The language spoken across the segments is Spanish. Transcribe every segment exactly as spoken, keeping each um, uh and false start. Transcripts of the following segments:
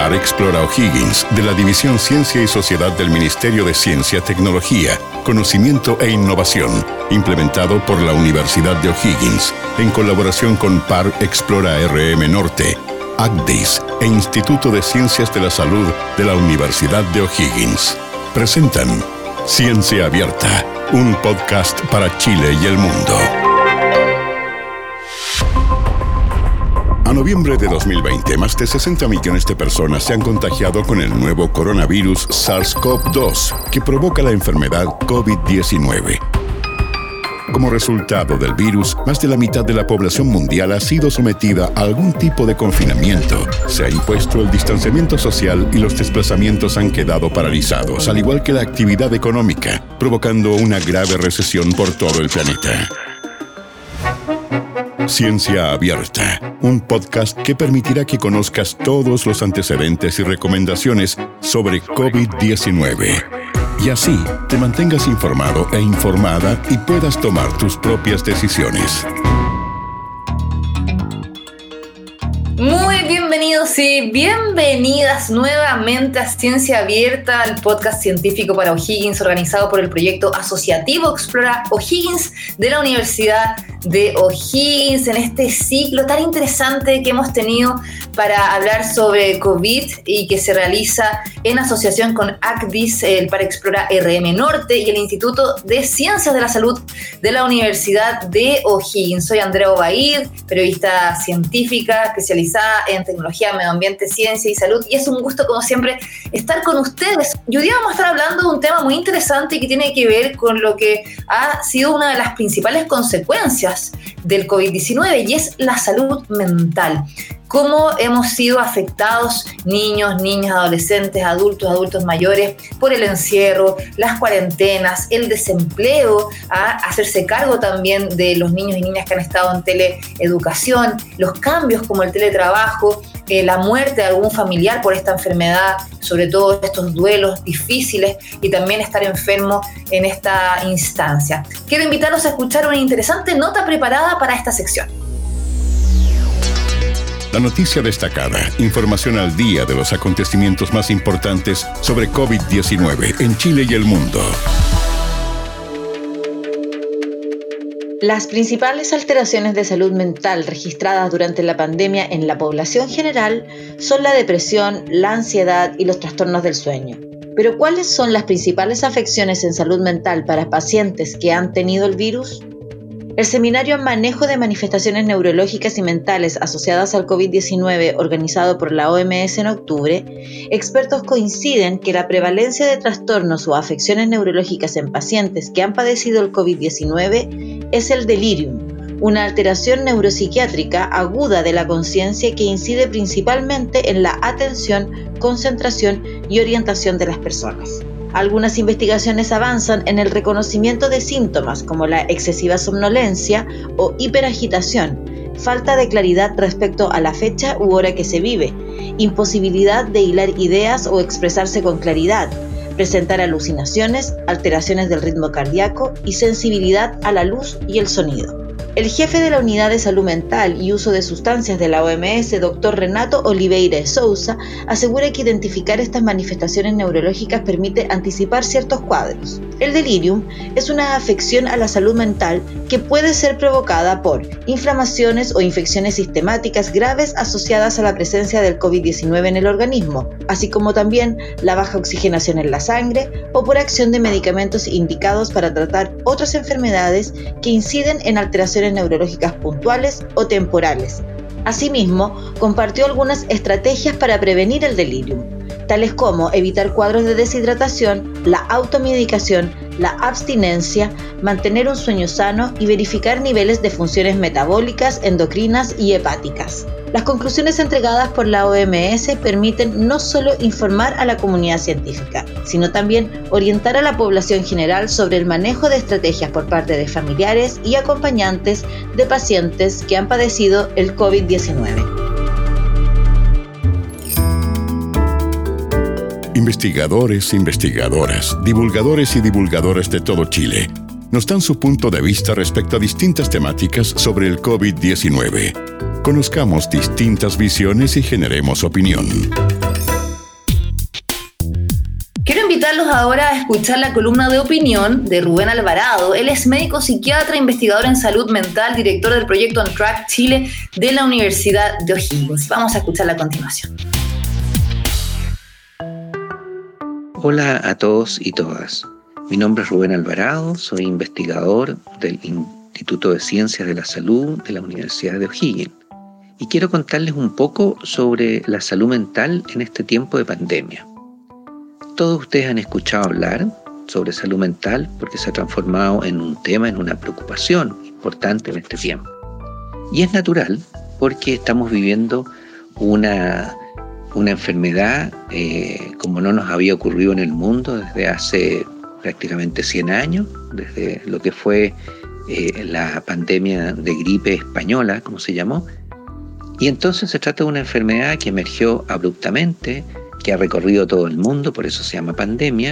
Par Explora O'Higgins, de la División Ciencia y Sociedad del Ministerio de Ciencia, Tecnología, Conocimiento e Innovación, implementado por la Universidad de O'Higgins, en colaboración con Par Explora R M Norte, ACDIS e Instituto de Ciencias de la Salud de la Universidad de O'Higgins. Presentan Ciencia Abierta, un podcast para Chile y el mundo. A noviembre de dos mil veinte, más de sesenta millones de personas se han contagiado con el nuevo coronavirus SARS-CoV dos, que provoca la enfermedad COVID diecinueve. Como resultado del virus, más de la mitad de la población mundial ha sido sometida a algún tipo de confinamiento. Se ha impuesto el distanciamiento social y los desplazamientos han quedado paralizados, al igual que la actividad económica, provocando una grave recesión por todo el planeta. Ciencia Abierta, un podcast que permitirá que conozcas todos los antecedentes y recomendaciones sobre COVID diecinueve. Y así te mantengas informado e informada y puedas tomar tus propias decisiones. Muy bienvenidos y bienvenidas nuevamente a Ciencia Abierta, el podcast científico para O'Higgins, organizado por el proyecto asociativo Explora O'Higgins de la Universidad de O'Higgins, en este ciclo tan interesante que hemos tenido para hablar sobre COVID y que se realiza en asociación con ACDIS, el Par Explora R M Norte y el Instituto de Ciencias de la Salud de la Universidad de O'Higgins. Soy Andrea Obaid, periodista científica especializada en tecnología, medio ambiente, ciencia y salud, y es un gusto, como siempre, estar con ustedes. Y hoy día vamos a estar hablando de un tema muy interesante que tiene que ver con lo que ha sido una de las principales consecuencias del COVID diecinueve, y es la salud mental. Cómo hemos sido afectados niños, niñas, adolescentes, adultos, adultos mayores por el encierro, las cuarentenas, el desempleo, a hacerse cargo también de los niños y niñas que han estado en teleeducación, los cambios como el teletrabajo, eh, la muerte de algún familiar por esta enfermedad, sobre todo estos duelos difíciles y también estar enfermo en esta instancia. Quiero invitarlos a escuchar una interesante nota preparada para esta sección. La noticia destacada, información al día de los acontecimientos más importantes sobre COVID diecinueve en Chile y el mundo. Las principales alteraciones de salud mental registradas durante la pandemia en la población general son la depresión, la ansiedad y los trastornos del sueño. Pero ¿cuáles son las principales afecciones en salud mental para pacientes que han tenido el virus? El Seminario en Manejo de Manifestaciones Neurológicas y Mentales asociadas al COVID diecinueve, organizado por la O M S en octubre, expertos coinciden que la prevalencia de trastornos o afecciones neurológicas en pacientes que han padecido el COVID diecinueve es el delirium, una alteración neuropsiquiátrica aguda de la conciencia que incide principalmente en la atención, concentración y orientación de las personas. Algunas investigaciones avanzan en el reconocimiento de síntomas como la excesiva somnolencia o hiperagitación, falta de claridad respecto a la fecha u hora que se vive, imposibilidad de hilar ideas o expresarse con claridad, presentar alucinaciones, alteraciones del ritmo cardíaco y sensibilidad a la luz y el sonido. El jefe de la Unidad de Salud Mental y Uso de Sustancias de la O M S, doctor Renato Oliveira de Souza, asegura que identificar estas manifestaciones neurológicas permite anticipar ciertos cuadros. El delirium es una afección a la salud mental que puede ser provocada por inflamaciones o infecciones sistemáticas graves asociadas a la presencia del COVID diecinueve en el organismo, así como también la baja oxigenación en la sangre o por acción de medicamentos indicados para tratar otras enfermedades que inciden en alteraciones neurológicas puntuales o temporales. Asimismo, compartió algunas estrategias para prevenir el delirium, tales como evitar cuadros de deshidratación, la automedicación, la abstinencia, mantener un sueño sano y verificar niveles de funciones metabólicas, endocrinas y hepáticas. Las conclusiones entregadas por la O M S permiten no solo informar a la comunidad científica, sino también orientar a la población general sobre el manejo de estrategias por parte de familiares y acompañantes de pacientes que han padecido el COVID diecinueve. Investigadores, investigadoras, divulgadores y divulgadoras de todo Chile nos dan su punto de vista respecto a distintas temáticas sobre el COVID diecinueve. Conozcamos distintas visiones y generemos opinión. invitarlos ahora a escuchar la columna de opinión de Rubén Alvarado. Él es médico psiquiatra, investigador en salud mental, director del proyecto On Track Chile de la Universidad de O'Higgins. Vamos a escucharla a continuación. Hola a todos y todas. Mi nombre es Rubén Alvarado, soy investigador del Instituto de Ciencias de la Salud de la Universidad de O'Higgins y quiero contarles un poco sobre la salud mental en este tiempo de pandemia. Todos ustedes han escuchado hablar sobre salud mental porque se ha transformado en un tema, en una preocupación importante en este tiempo. Y es natural porque estamos viviendo una, una enfermedad eh, como no nos había ocurrido en el mundo desde hace prácticamente cien años, desde lo que fue eh, la pandemia de gripe española, como se llamó. Y entonces se trata de una enfermedad que emergió abruptamente, que ha recorrido todo el mundo, por eso se llama pandemia,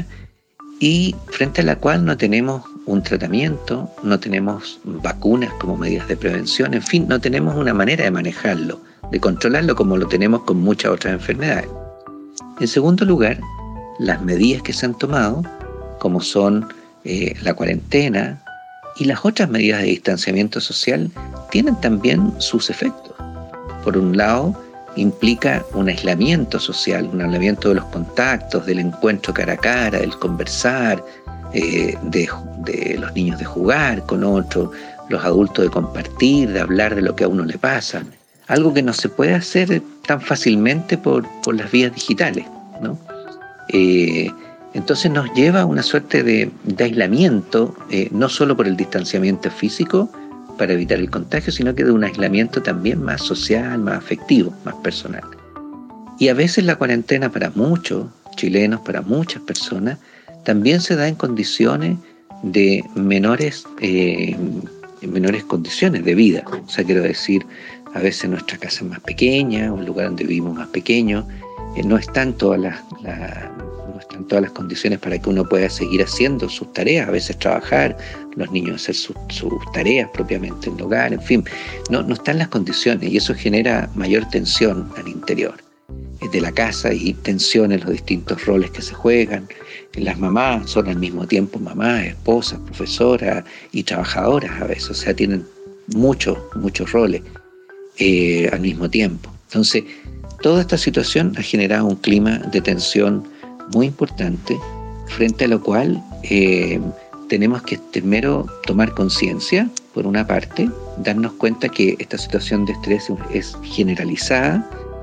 y frente a la cual no tenemos un tratamiento, no tenemos vacunas como medidas de prevención, en fin, no tenemos una manera de manejarlo, de controlarlo como lo tenemos con muchas otras enfermedades. En segundo lugar, las medidas que se han tomado, como son eh, la cuarentena y las otras medidas de distanciamiento social, tienen también sus efectos. Por un lado, implica un aislamiento social, un aislamiento de los contactos, del encuentro cara a cara, del conversar, eh, de, de los niños de jugar con otros, los adultos de compartir, de hablar de lo que a uno le pasa. Algo que no se puede hacer tan fácilmente por, por las vías digitales, ¿no? Eh, entonces nos lleva a una suerte de, de aislamiento, eh, no solo por el distanciamiento físico, para evitar el contagio, sino que de un aislamiento también más social, más afectivo, más personal. Y a veces la cuarentena para muchos chilenos, para muchas personas, también se da en condiciones de menores, eh, menores condiciones de vida. O sea, quiero decir, a veces nuestra casa es más pequeña, un lugar donde vivimos más pequeño, eh, no están todas las, la, no están todas las condiciones para que uno pueda seguir haciendo sus tareas, a veces trabajar, los niños hacer sus, sus tareas propiamente en el hogar, en fin, no, no están las condiciones y eso genera mayor tensión al interior de la casa y tensión en los distintos roles que se juegan. Las mamás son al mismo tiempo mamás, esposas, profesoras y trabajadoras a veces, o sea, tienen muchos, muchos roles eh, al mismo tiempo. Entonces, toda esta situación ha generado un clima de tensión muy importante, frente a lo cual eh, tenemos que primero tomar conciencia, por una parte, darnos cuenta que esta situación de estrés es generalizada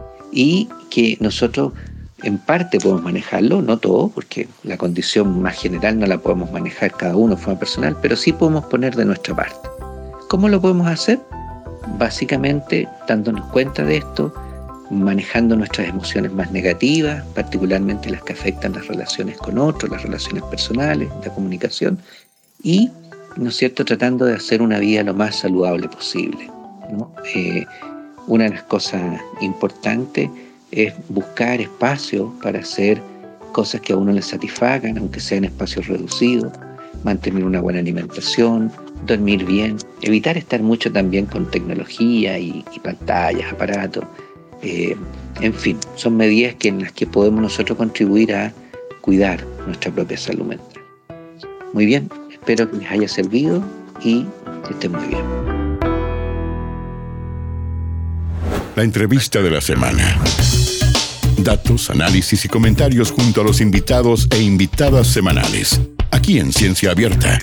y que nosotros en parte podemos manejarlo, no todo, porque la condición más general no la podemos manejar cada uno de forma personal, pero sí podemos poner de nuestra parte. ¿Cómo lo podemos hacer? Básicamente dándonos cuenta de esto, manejando nuestras emociones más negativas, particularmente las que afectan las relaciones con otros, las relaciones personales, la comunicación, y, ¿no es cierto?, tratando de hacer una vida lo más saludable posible, ¿no? Eh, una de las cosas importantes es buscar espacios para hacer cosas que a uno le satisfagan, aunque sean espacios reducidos, mantener una buena alimentación, dormir bien, evitar estar mucho también con tecnología y, y pantallas, aparatos. Eh, en fin, son medidas que, en las que podemos nosotros contribuir a cuidar nuestra propia salud mental. Muy bien, espero que les haya servido y que estén muy bien. La entrevista de la semana. Datos, análisis y comentarios junto a los invitados e invitadas semanales. Aquí en Ciencia Abierta.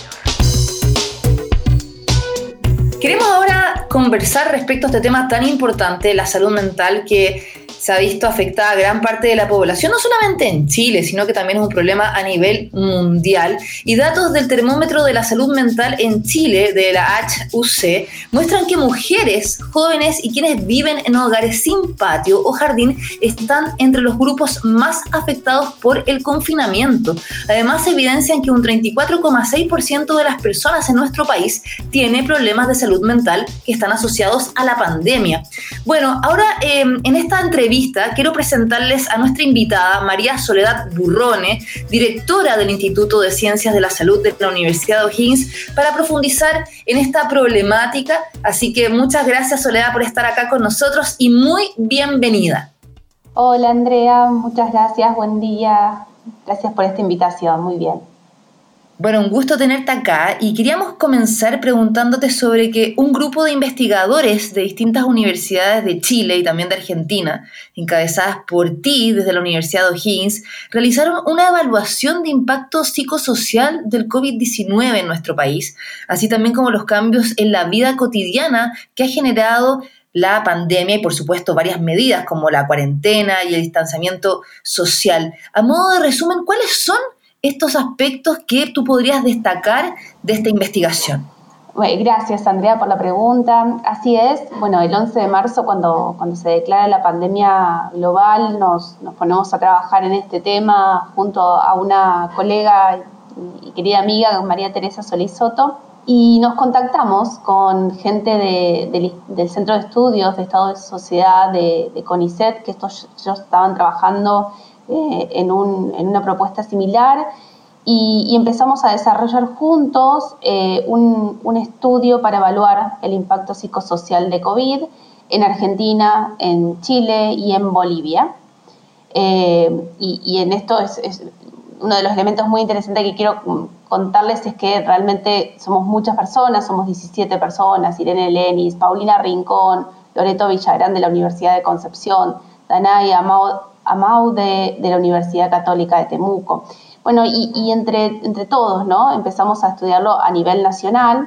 Queremos ahora conversar respecto a este tema tan importante, la salud mental, que se ha visto afectada a gran parte de la población, no solamente en Chile, sino que también es un problema a nivel mundial. Y datos del termómetro de la salud mental en Chile, de la H U C, muestran que mujeres, jóvenes y quienes viven en hogares sin patio o jardín están entre los grupos más afectados por el confinamiento. Además, se evidencian que un treinta y cuatro coma seis por ciento de las personas en nuestro país tiene problemas de salud mental que están asociados a la pandemia. Bueno, ahora eh, en esta entrevista quiero presentarles a nuestra invitada María Soledad Burrone, directora del Instituto de Ciencias de la Salud de la Universidad de O'Higgins, para profundizar en esta problemática. Así que muchas gracias, Soledad, por estar acá con nosotros y muy bienvenida. Hola, Andrea, muchas gracias, buen día. Gracias por esta invitación, muy bien. Bueno, un gusto tenerte acá y queríamos comenzar preguntándote sobre que un grupo de investigadores de distintas universidades de Chile y también de Argentina, encabezadas por ti desde la Universidad de O'Higgins, realizaron una evaluación de impacto psicosocial del covid diecinueve en nuestro país, así también como los cambios en la vida cotidiana que ha generado la pandemia y, por supuesto, varias medidas como la cuarentena y el distanciamiento social. A modo de resumen, ¿cuáles son estos aspectos que tú podrías destacar de esta investigación? Bueno, gracias, Andrea, por la pregunta. Así es. Bueno, el once de marzo, cuando, cuando se declara la pandemia global, nos, nos ponemos a trabajar en este tema junto a una colega y querida amiga, María Teresa Solís Soto, y nos contactamos con gente de, de, del Centro de Estudios de Estado de Sociedad de, de CONICET, que estos ellos estaban trabajando eh, en, un, en una propuesta similar, y, y empezamos a desarrollar juntos eh, un, un estudio para evaluar el impacto psicosocial de COVID en Argentina, en Chile y en Bolivia. Eh, y, y en esto es, es uno de los elementos muy interesantes que quiero contarles es que realmente somos muchas personas, somos diecisiete personas, Irene Lenis, Paulina Rincón, Loreto Villagrán de la Universidad de Concepción, Danay Amau, Amau de, de la Universidad Católica de Temuco. Bueno, y, y entre, entre todos, ¿no? Empezamos a estudiarlo a nivel nacional.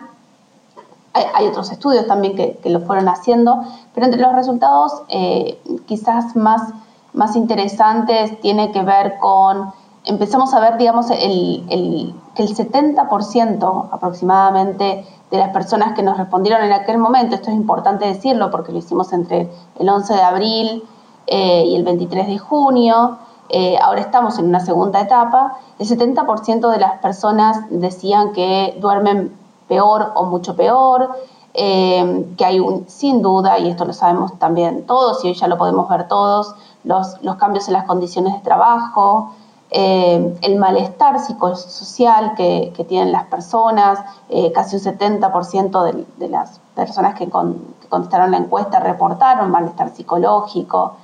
Hay, hay otros estudios también que, que lo fueron haciendo, pero entre los resultados eh, quizás más, más interesantes tiene que ver con... Empezamos a ver, digamos, el, el, que el setenta por ciento aproximadamente de las personas que nos respondieron en aquel momento, esto es importante decirlo porque lo hicimos entre el once de abril eh, y el veintitrés de junio, eh, ahora estamos en una segunda etapa, el setenta por ciento de las personas decían que duermen peor o mucho peor, eh, que hay un, sin duda, y esto lo sabemos también todos y hoy ya lo podemos ver todos, los, los cambios en las condiciones de trabajo, Eh, el malestar psicosocial que, que tienen las personas, eh, casi un setenta por ciento de, de las personas que, con, que contestaron la encuesta reportaron malestar psicológico.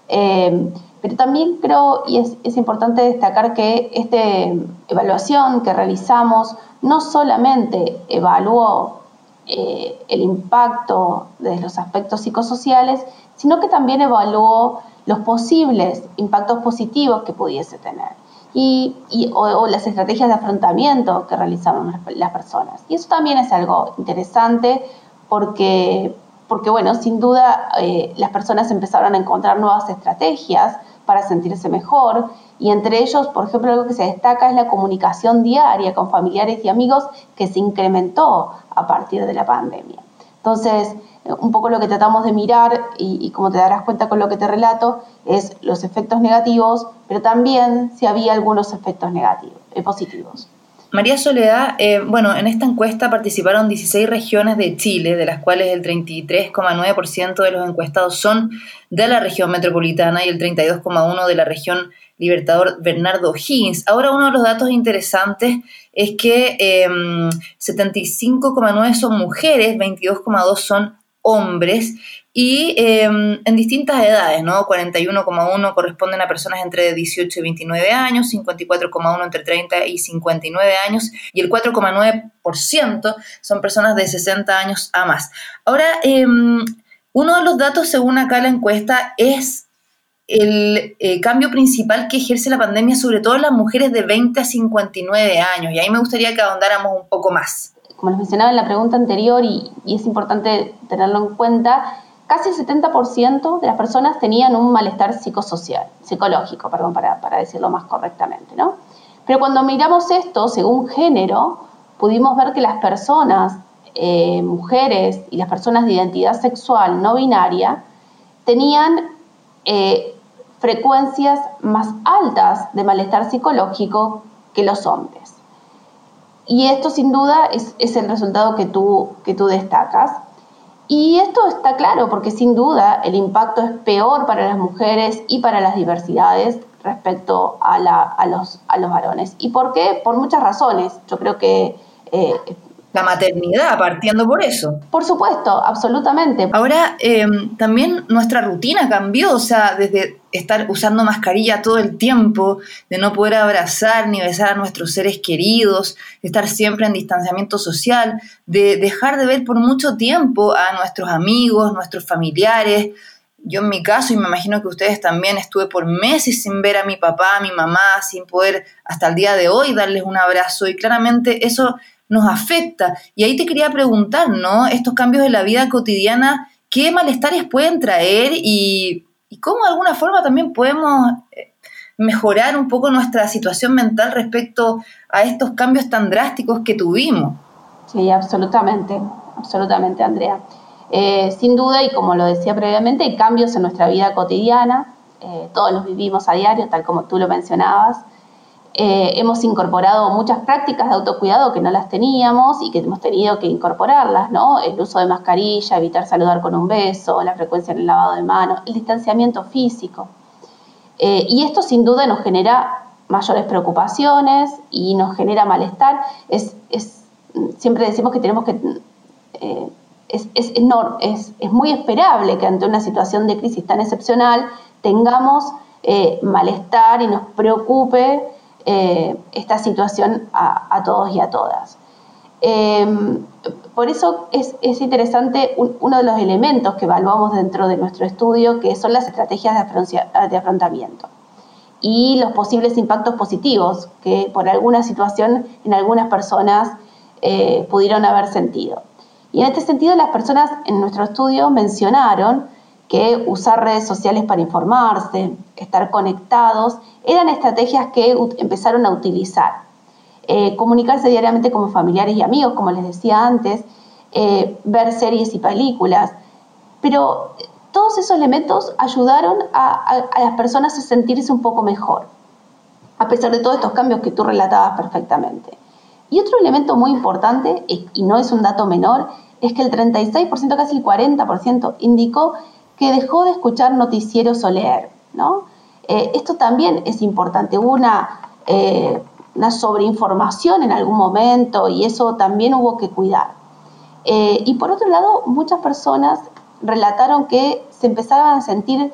Eh, pero también creo, y es, es importante destacar que esta evaluación que realizamos no solamente evaluó eh, el impacto de los aspectos psicosociales, sino que también evaluó los posibles impactos positivos que pudiese tener. Y, y, o, o las estrategias de afrontamiento que realizaron las personas. Y eso también es algo interesante porque, porque bueno, sin duda eh, las personas empezaron a encontrar nuevas estrategias para sentirse mejor y entre ellos, por ejemplo, algo que se destaca es la comunicación diaria con familiares y amigos que se incrementó a partir de la pandemia. Entonces, un poco lo que tratamos de mirar, y, y como te darás cuenta con lo que te relato, es los efectos negativos, pero también si había algunos efectos negativos, eh, positivos. María Soledad, eh, bueno, en esta encuesta participaron dieciséis regiones de Chile, de las cuales el treinta y tres coma nueve por ciento de los encuestados son de la región metropolitana y el treinta y dos coma uno por ciento de la región Libertador Bernardo O'Higgins. Ahora, uno de los datos interesantes es que eh, setenta y cinco coma nueve por ciento son mujeres, veintidós coma dos por ciento son hombres y eh, en distintas edades, ¿no? cuarenta y uno coma uno por ciento corresponden a personas entre dieciocho y veintinueve años, cincuenta y cuatro coma uno por ciento entre treinta y cincuenta y nueve años y el cuatro coma nueve por ciento son personas de sesenta años a más. Ahora, eh, uno de los datos según acá la encuesta es el eh, cambio principal que ejerce la pandemia sobre todo en las mujeres de veinte a cincuenta y nueve años y ahí me gustaría que ahondáramos un poco más. Como les mencionaba en la pregunta anterior, y, y es importante tenerlo en cuenta, casi el setenta por ciento de las personas tenían un malestar psicosocial, psicológico, perdón, para, para decirlo más correctamente, ¿no? Pero cuando miramos esto según género, pudimos ver que las personas, eh, mujeres y las personas de identidad sexual no binaria, tenían eh, frecuencias más altas de malestar psicológico que los hombres. Y esto sin duda es, es el resultado que tú, que tú destacas. Y esto está claro porque sin duda el impacto es peor para las mujeres y para las diversidades respecto a, la, a, los, a los varones. ¿Y por qué? Por muchas razones. Yo creo que eh, la maternidad, partiendo por eso. Por supuesto, absolutamente. Ahora, eh, también nuestra rutina cambió, o sea, desde estar usando mascarilla todo el tiempo, de no poder abrazar ni besar a nuestros seres queridos, de estar siempre en distanciamiento social, de dejar de ver por mucho tiempo a nuestros amigos, nuestros familiares. Yo en mi caso, y me imagino que ustedes también, estuve por meses sin ver a mi papá, a mi mamá, sin poder hasta el día de hoy darles un abrazo, y claramente eso nos afecta. Y ahí te quería preguntar, ¿no? Estos cambios en la vida cotidiana, ¿qué malestares pueden traer y, y cómo de alguna forma también podemos mejorar un poco nuestra situación mental respecto a estos cambios tan drásticos que tuvimos? Sí, absolutamente, absolutamente, Andrea. Eh, sin duda, y como lo decía previamente, hay cambios en nuestra vida cotidiana, eh, todos los vivimos a diario, tal como tú lo mencionabas. Eh, hemos incorporado muchas prácticas de autocuidado que no las teníamos y que hemos tenido que incorporarlas, ¿no? El uso de mascarilla, evitar saludar con un beso, la frecuencia en el lavado de manos, el distanciamiento físico. Eh, y esto sin duda nos genera mayores preocupaciones y nos genera malestar. Es, es, siempre decimos que tenemos que... Eh, es, es, enorme, es, es muy esperable que ante una situación de crisis tan excepcional tengamos eh, malestar y nos preocupe Eh, esta situación a, a todos y a todas. Eh, por eso es, es interesante un, uno de los elementos que evaluamos dentro de nuestro estudio, que son las estrategias de, afroncia, de afrontamiento y los posibles impactos positivos que por alguna situación en algunas personas eh, pudieron haber sentido. Y en este sentido, las personas en nuestro estudio mencionaron que usar redes sociales para informarse, estar conectados, eran estrategias que ut- empezaron a utilizar. Eh, comunicarse diariamente como familiares y amigos, como les decía antes, eh, ver series y películas. Pero todos esos elementos ayudaron a, a, a las personas a sentirse un poco mejor, a pesar de todos estos cambios que tú relatabas perfectamente. Y otro elemento muy importante, y no es un dato menor, es que el treinta y seis por ciento, casi el cuarenta por ciento, indicó que dejó de escuchar noticieros o leer, ¿no? Eh, esto también es importante. Hubo una, eh, una sobreinformación en algún momento y eso también hubo que cuidar. Eh, y por otro lado, muchas personas relataron que se empezaban a sentir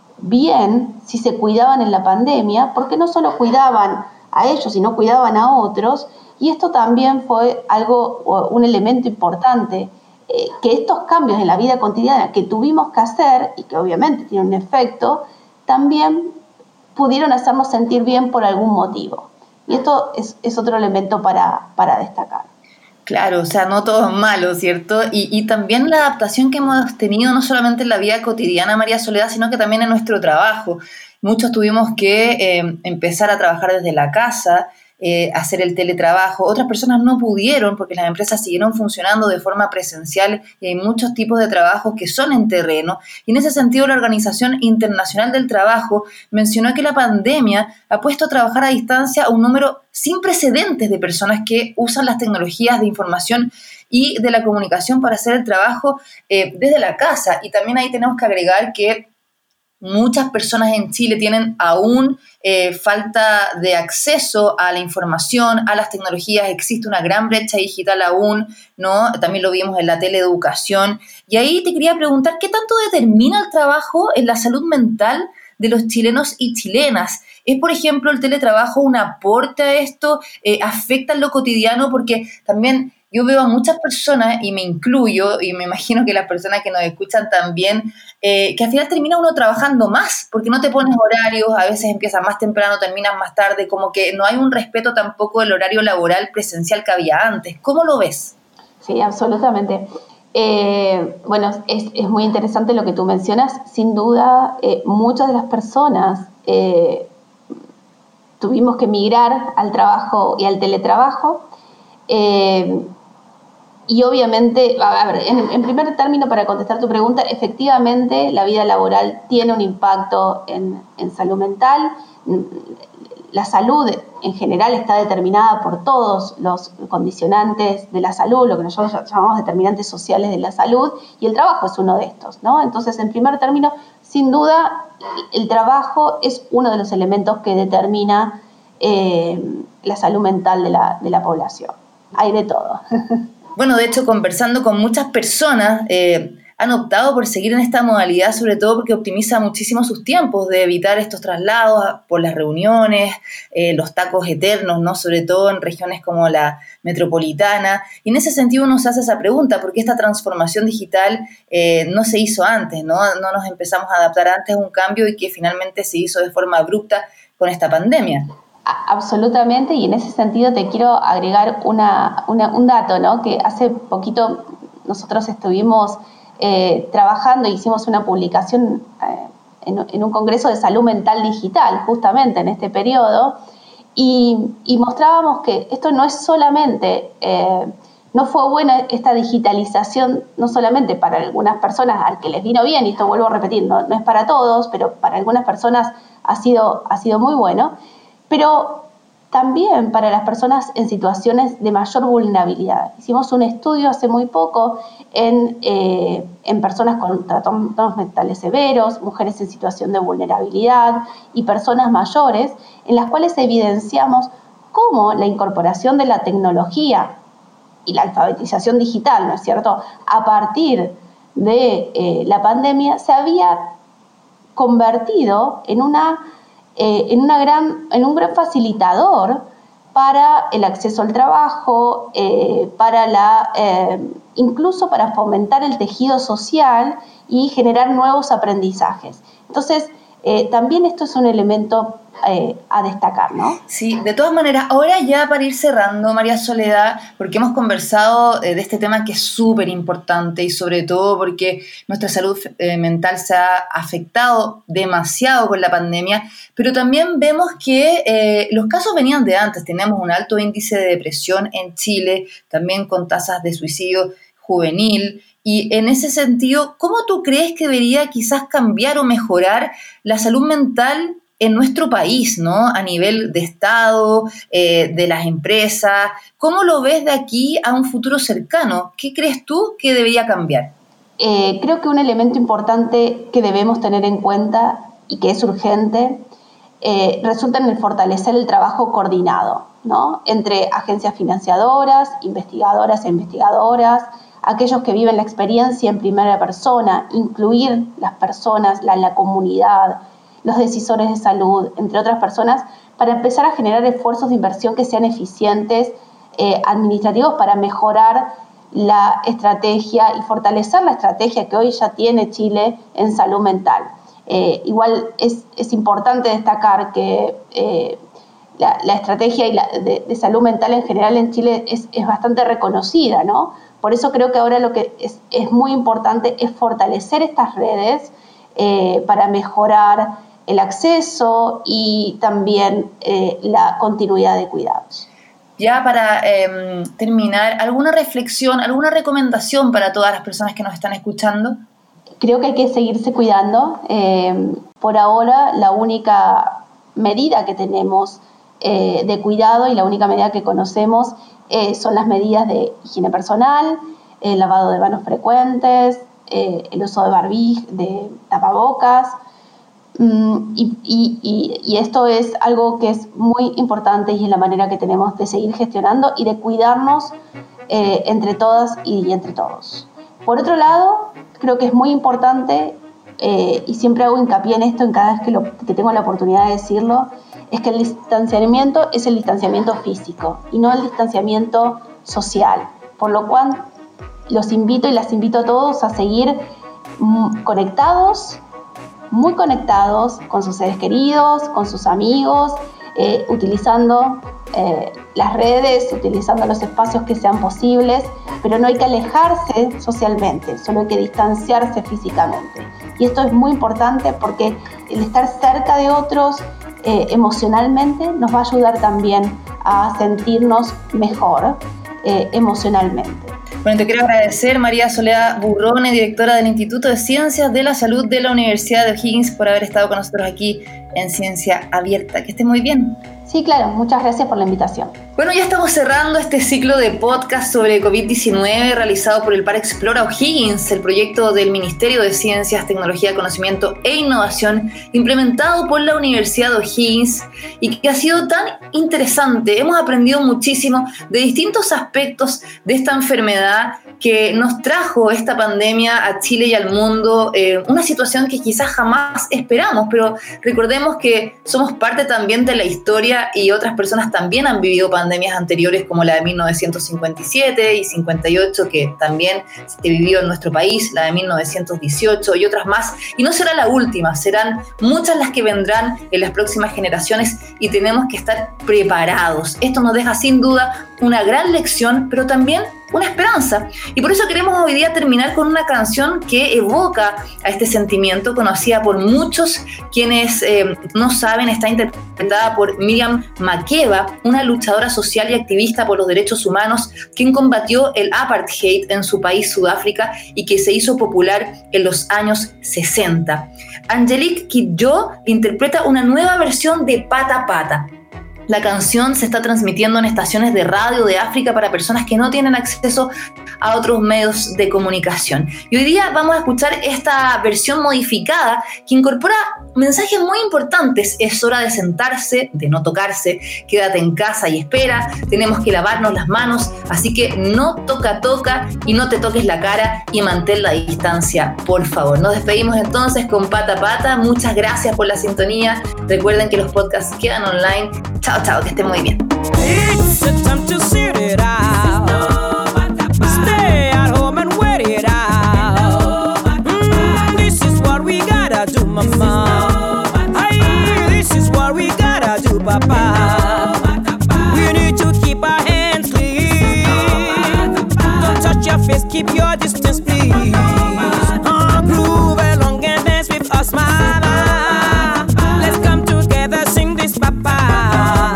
bien si se cuidaban en la pandemia, porque no solo cuidaban a ellos, sino cuidaban a otros, y esto también fue algo, un elemento importante, eh, que estos cambios en la vida cotidiana que tuvimos que hacer, y que obviamente tienen un efecto, también pudieron hacernos sentir bien por algún motivo. Y esto es, es otro elemento para, para destacar. Claro, o sea, no todo es malo, ¿cierto? Y, y también la adaptación que hemos tenido no solamente en la vida cotidiana, María Soledad, sino que también en nuestro trabajo. Muchos tuvimos que eh, empezar a trabajar desde la casa, eh, hacer el teletrabajo. Otras personas no pudieron porque las empresas siguieron funcionando de forma presencial y hay muchos tipos de trabajos que son en terreno. Y en ese sentido, la Organización Internacional del Trabajo mencionó que la pandemia ha puesto a trabajar a distancia a un número sin precedentes de personas que usan las tecnologías de información y de la comunicación para hacer el trabajo eh, desde la casa. Y también ahí tenemos que agregar que muchas personas en Chile tienen aún eh, falta de acceso a la información, a las tecnologías. Existe una gran brecha digital aún, ¿no? También lo vimos en la teleeducación. Y ahí te quería preguntar, ¿qué tanto determina el trabajo en la salud mental de los chilenos y chilenas? ¿Es, por ejemplo, el teletrabajo un aporte a esto? Eh, ¿Afecta en lo cotidiano? Porque también yo veo a muchas personas, y me incluyo, y me imagino que las personas que nos escuchan también, eh, que al final termina uno trabajando más, porque no te pones horarios, a veces empiezas más temprano, terminas más tarde, como que no hay un respeto tampoco del horario laboral presencial que había antes. ¿Cómo lo ves? Sí, absolutamente. Eh, bueno, es, es muy interesante lo que tú mencionas. Sin duda, eh, muchas de las personas eh, tuvimos que migrar al trabajo y al teletrabajo. Eh, y obviamente, a ver, en, en primer término, para contestar tu pregunta, efectivamente la vida laboral tiene un impacto en, en salud mental. La salud en general está determinada por todos los condicionantes de la salud, lo que nosotros llamamos determinantes sociales de la salud, y el trabajo es uno de estos, ¿no? Entonces, en primer término, sin duda, el trabajo es uno de los elementos que determina eh, la salud mental de la, de la población. Hay de todo. Bueno, de hecho, conversando con muchas personas, eh, han optado por seguir en esta modalidad, sobre todo porque optimiza muchísimo sus tiempos de evitar estos traslados por las reuniones, eh, los tacos eternos, ¿no? Sobre todo en regiones como la metropolitana. Y en ese sentido uno se hace esa pregunta, ¿por qué esta transformación digital eh, no se hizo antes, ¿no? No nos empezamos a adaptar antes a un cambio y que finalmente se hizo de forma abrupta con esta pandemia. Absolutamente, y en ese sentido te quiero agregar una, una, un dato, ¿no? Que hace poquito nosotros estuvimos Eh, trabajando, hicimos una publicación eh, en, en un congreso de salud mental digital, justamente en este periodo, y, y mostrábamos que esto no es solamente, eh, no fue buena esta digitalización, no solamente para algunas personas al que les vino bien, y esto vuelvo a repetir, no, no es para todos, pero para algunas personas ha sido, ha sido muy bueno, pero también para las personas en situaciones de mayor vulnerabilidad. Hicimos un estudio hace muy poco en, eh, en personas con trastornos mentales severos, mujeres en situación de vulnerabilidad y personas mayores, en las cuales evidenciamos cómo la incorporación de la tecnología y la alfabetización digital, ¿no es cierto?, a partir de eh, la pandemia se había convertido en una Eh, en, una gran, en un gran facilitador para el acceso al trabajo, eh, para la, eh, incluso para fomentar el tejido social y generar nuevos aprendizajes. Entonces, eh, también esto es un elemento eh, a destacar, ¿no? Sí, de todas maneras, ahora ya para ir cerrando, María Soledad, porque hemos conversado eh, de este tema que es súper importante y sobre todo porque nuestra salud eh, mental se ha afectado demasiado con la pandemia, pero también vemos que eh, los casos venían de antes. Tenemos un alto índice de depresión en Chile, también con tasas de suicidio juvenil. Y en ese sentido, ¿cómo tú crees que debería quizás cambiar o mejorar la salud mental en nuestro país, ¿no? A nivel de Estado, eh, de las empresas? ¿Cómo lo ves de aquí a un futuro cercano? ¿Qué crees tú que debería cambiar? Eh, creo que un elemento importante que debemos tener en cuenta y que es urgente eh, resulta en el fortalecer el trabajo coordinado, ¿no? Entre agencias financiadoras, investigadoras e investigadoras, aquellos que viven la experiencia en primera persona, incluir las personas, la, la comunidad, los decisores de salud, entre otras personas, para empezar a generar esfuerzos de inversión que sean eficientes, eh, administrativos, para mejorar la estrategia y fortalecer la estrategia que hoy ya tiene Chile en salud mental. Eh, igual es, es importante destacar que eh, la, la estrategia y la, de, de salud mental en general en Chile es, es bastante reconocida, ¿no? Por eso creo que ahora lo que es, es muy importante es fortalecer estas redes eh, para mejorar el acceso y también eh, la continuidad de cuidados. Ya para eh, terminar, ¿alguna reflexión, alguna recomendación para todas las personas que nos están escuchando? Creo que hay que seguirse cuidando. Eh, por ahora, la única medida que tenemos eh, de cuidado y la única medida que conocemos eh, son las medidas de higiene personal, el lavado de manos frecuentes, eh, el uso de barbijo, de tapabocas. Mm, y, y, y esto es algo que es muy importante y es la manera que tenemos de seguir gestionando y de cuidarnos eh, entre todas y entre todos. Por otro lado, creo que es muy importante, eh, y siempre hago hincapié en esto en cada vez que, lo, que tengo la oportunidad de decirlo, es que el distanciamiento es el distanciamiento físico y no el distanciamiento social. Por lo cual, los invito y las invito a todos a seguir mm, conectados, muy conectados con sus seres queridos, con sus amigos, eh, utilizando eh, las redes, utilizando los espacios que sean posibles, pero no hay que alejarse socialmente, solo hay que distanciarse físicamente. Y esto es muy importante porque el estar cerca de otros eh, emocionalmente nos va a ayudar también a sentirnos mejor eh, emocionalmente. Bueno, te quiero agradecer, María Soledad Burrone, directora del Instituto de Ciencias de la Salud de la Universidad de O'Higgins, por haber estado con nosotros aquí en Ciencia Abierta. Que esté muy bien. Sí, claro, muchas gracias por la invitación. Bueno, ya estamos cerrando este ciclo de podcast sobre covid diecinueve realizado por el Par Explora O'Higgins, el proyecto del Ministerio de Ciencias, Tecnología, Conocimiento e Innovación implementado por la Universidad de O'Higgins y que ha sido tan interesante. Hemos aprendido muchísimo de distintos aspectos de esta enfermedad que nos trajo esta pandemia a Chile y al mundo, eh, una situación que quizás jamás esperamos, pero recordemos que somos parte también de la historia y otras personas también han vivido pandemias anteriores como la de mil novecientos cincuenta y siete y cincuenta y ocho, que también se vivió en nuestro país, la de mil novecientos dieciocho y otras más, y no será la última, serán muchas las que vendrán en las próximas generaciones y tenemos que estar preparados. Esto nos deja sin duda una gran lección, pero también una esperanza. Y por eso queremos hoy día terminar con una canción que evoca a este sentimiento, conocida por muchos quienes eh, no saben. Está interpretada por Miriam Makeba, una luchadora social y activista por los derechos humanos, quien combatió el apartheid en su país, Sudáfrica, y que se hizo popular en los años sesenta. Angelique Kidjo interpreta una nueva versión de Pata Pata. La canción se está transmitiendo en estaciones de radio de África para personas que no tienen acceso a otros medios de comunicación. Y hoy día vamos a escuchar esta versión modificada que incorpora mensajes muy importantes. Es hora de sentarse, de no tocarse, quédate en casa y espera, tenemos que lavarnos las manos, así que no toca toca y no te toques la cara y mantén la distancia, por favor. Nos despedimos entonces con Pata Pata. Muchas gracias por la sintonía. Recuerden que los podcasts quedan online. Chao, chao, que estén muy bien. It's a time to sit it out. Stay at home and wait it out. Mm, this is what we gotta do, mama. Hey, this is what we gotta do, papa. We need to keep our hands clean. Don't touch your face, keep your distance, please. Uh, groove along and dance with us, mama. Let's come together, sing this, papa.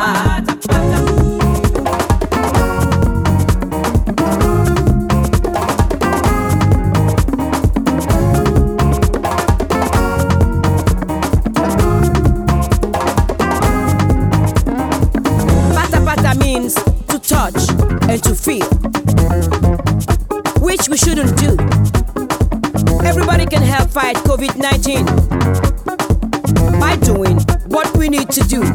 Touch and to feel, which we shouldn't do. Everybody can help fight covid nineteen by doing what we need to do.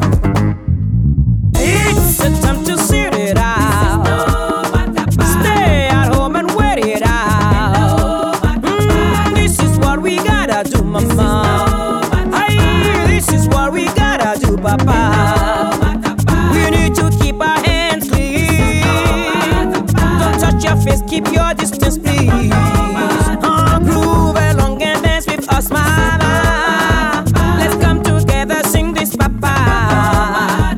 It's a time to sit it out. Stay at home and wait it out. Mm, this is what we gotta do, mama. Hey, this is what we gotta do, papa. We need to keep our hands clean. Don't touch your face, keep your distance, please. Uh, groove along and dance with us, mama. Let's come together, sing this, papa.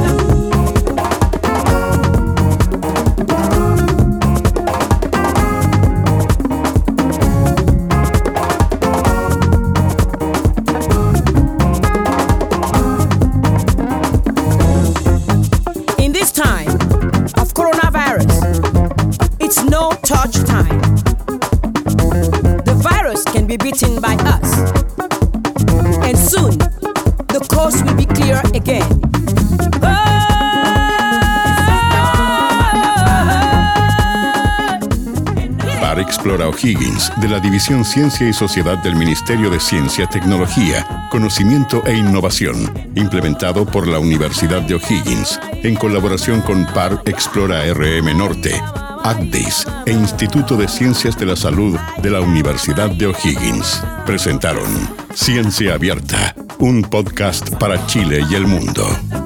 In this time of coronavirus, it's no touch time. The virus can be beaten by us, and soon the coast will be clear again. Par Explora O'Higgins, de la División Ciencia y Sociedad del Ministerio de Ciencia, Tecnología, Conocimiento e Innovación, implementado por la Universidad de O'Higgins, en colaboración con Par Explora R M Norte, ACDIS e Instituto de Ciencias de la Salud de la Universidad de O'Higgins. Presentaron Ciencia Abierta, un podcast para Chile y el mundo.